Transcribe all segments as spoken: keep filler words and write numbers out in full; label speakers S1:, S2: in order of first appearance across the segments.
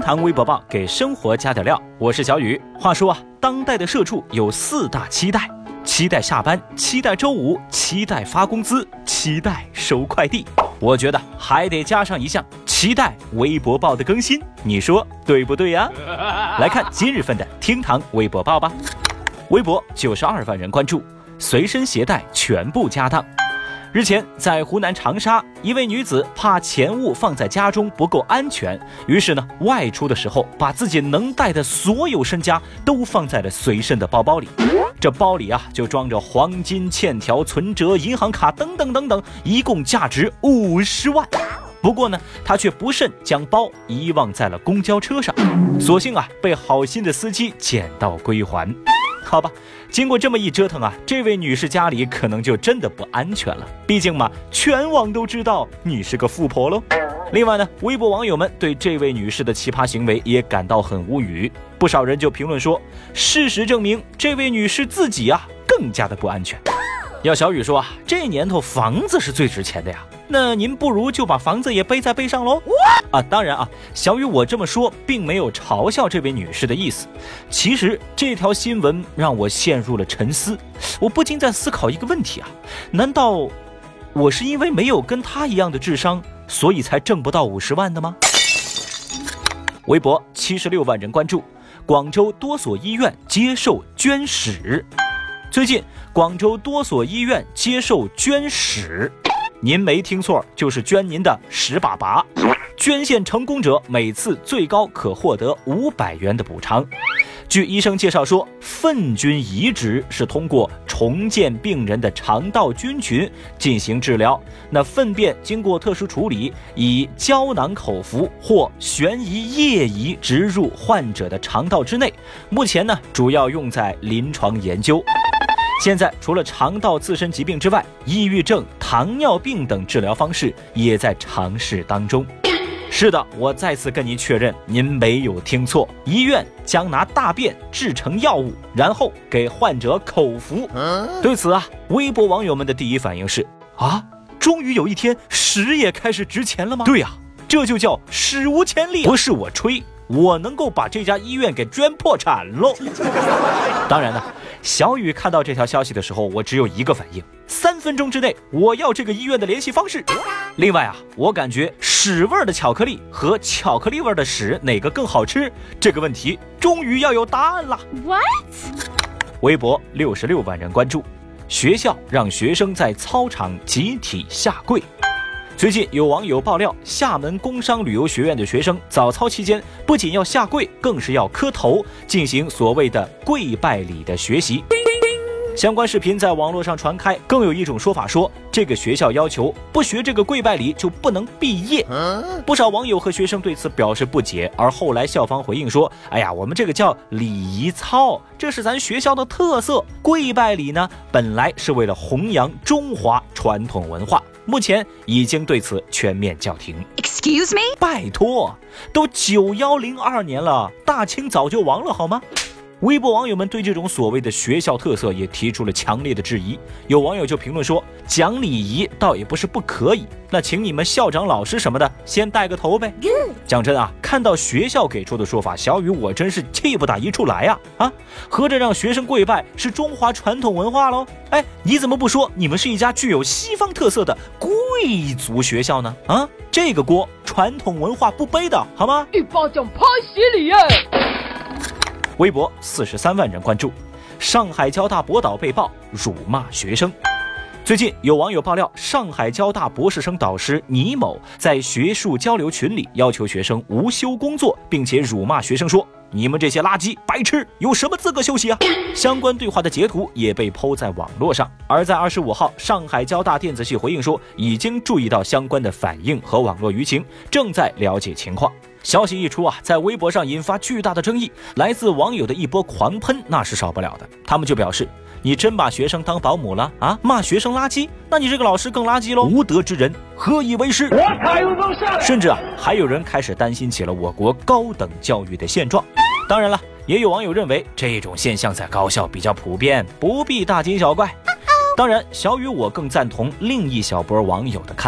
S1: 堂微博报给生活加点料，我是小雨。话说啊，当代的社畜有四大期待：期待下班，期待周五，期待发工资，期待收快递。我觉得还得加上一项，期待微博报的更新，你说对不对呀？来看今日份的厅堂微博报吧。微博九十二万人关注，随身携带全部家当。日前，在湖南长沙，一位女子怕钱物放在家中不够安全，于是呢，外出的时候把自己能带的所有身家都放在了随身的包包里。这包里啊，就装着黄金、欠条、存折、银行卡等等等等，一共价值五十万。不过呢，他却不慎将包遗忘在了公交车上，所幸啊，被好心的司机捡到归还。好吧，经过这么一折腾啊，这位女士家里可能就真的不安全了。毕竟嘛，全网都知道你是个富婆喽。另外呢，微博网友们对这位女士的奇葩行为也感到很无语，不少人就评论说，事实证明这位女士自己啊更加的不安全。要小雨说啊，这年头房子是最值钱的呀，那您不如就把房子也背在背上喽。啊，当然啊，小雨我这么说并没有嘲笑这位女士的意思。其实这条新闻让我陷入了沉思，我不禁在思考一个问题啊，难道我是因为没有跟她一样的智商，所以才挣不到五十万的吗？微博七十六万人关注，广州多所医院接受捐屎。最近广州多所医院接受捐屎，您没听错，就是捐您的屎粑粑。捐献成功者每次最高可获得五百元的补偿。据医生介绍说，粪菌移植是通过重建病人的肠道菌群进行治疗，那粪便经过特殊处理，以胶囊口服或悬移液移植入患者的肠道之内，目前呢主要用在临床研究。现在除了肠道自身疾病之外，抑郁症、糖尿病等治疗方式也在尝试当中。是的，我再次跟您确认，您没有听错，医院将拿大便制成药物，然后给患者口服。对此啊，微博网友们的第一反应是啊，终于有一天屎也开始值钱了吗？对呀、啊，这就叫史无前例、啊。不是我吹，我能够把这家医院给捐破产喽。当然呢，小雨看到这条消息的时候，我只有一个反应，三分钟之内我要这个医院的联系方式。另外啊，我感觉屎味的巧克力和巧克力味的屎哪个更好吃，这个问题终于要有答案了。 What？ 微博六十六万人关注，学校让学生在操场集体下跪。最近有网友爆料，厦门工商旅游学院的学生早操期间不仅要下跪，更是要磕头，进行所谓的跪拜礼的学习。相关视频在网络上传开，更有一种说法说，这个学校要求不学这个跪拜礼就不能毕业。不少网友和学生对此表示不解，而后来校方回应说，哎呀，我们这个叫礼仪操，这是咱学校的特色。跪拜礼呢，本来是为了弘扬中华传统文化，目前已经对此全面叫停。
S2: Excuse me？
S1: 拜托，都九一零二年了，大清早就亡了好吗？微博网友们对这种所谓的学校特色也提出了强烈的质疑，有网友就评论说，讲礼仪倒也不是不可以，那请你们校长老师什么的先带个头呗。讲真啊，看到学校给出的说法，小雨我真是气不打一处来啊啊！合着让学生跪拜是中华传统文化喽？哎，你怎么不说你们是一家具有西方特色的贵族学校呢？啊，这个锅传统文化不背的好吗？
S2: 一巴掌拍死你耶！
S1: 微博四十三万人关注，上海交大博导被曝辱骂学生。最近有网友爆料，上海交大博士生导师倪某在学术交流群里要求学生无休工作，并且辱骂学生说，你们这些垃圾白痴有什么资格休息啊？相关对话的截图也被抛在网络上。而在二十五号，上海交大电子系回应说，已经注意到相关的反应和网络舆情，正在了解情况。消息一出啊，在微博上引发巨大的争议，来自网友的一波狂喷那是少不了的。他们就表示，你真把学生当保姆了啊？骂学生垃圾，那你这个老师更垃圾喽！无德之人何以为师？甚至啊，还有人开始担心起了我国高等教育的现状。当然了，也有网友认为这种现象在高校比较普遍，不必大惊小怪。当然，小雨我更赞同另一小波网友的看法。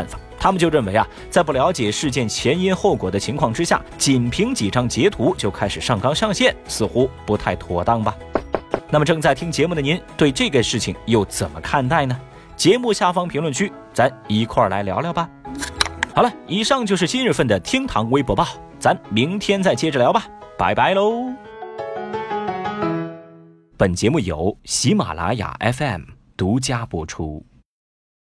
S1: 他们就认为啊，在不了解事件前因后果的情况之下，仅凭几张截图就开始上纲上线，似乎不太妥当吧。那么正在听节目的您，对这个事情又怎么看待呢？节目下方评论区，咱一块儿来聊聊吧。好了，以上就是今日份的厅堂微博报，咱明天再接着聊吧，拜拜喽。本节目由喜马拉雅 F M 独家播出。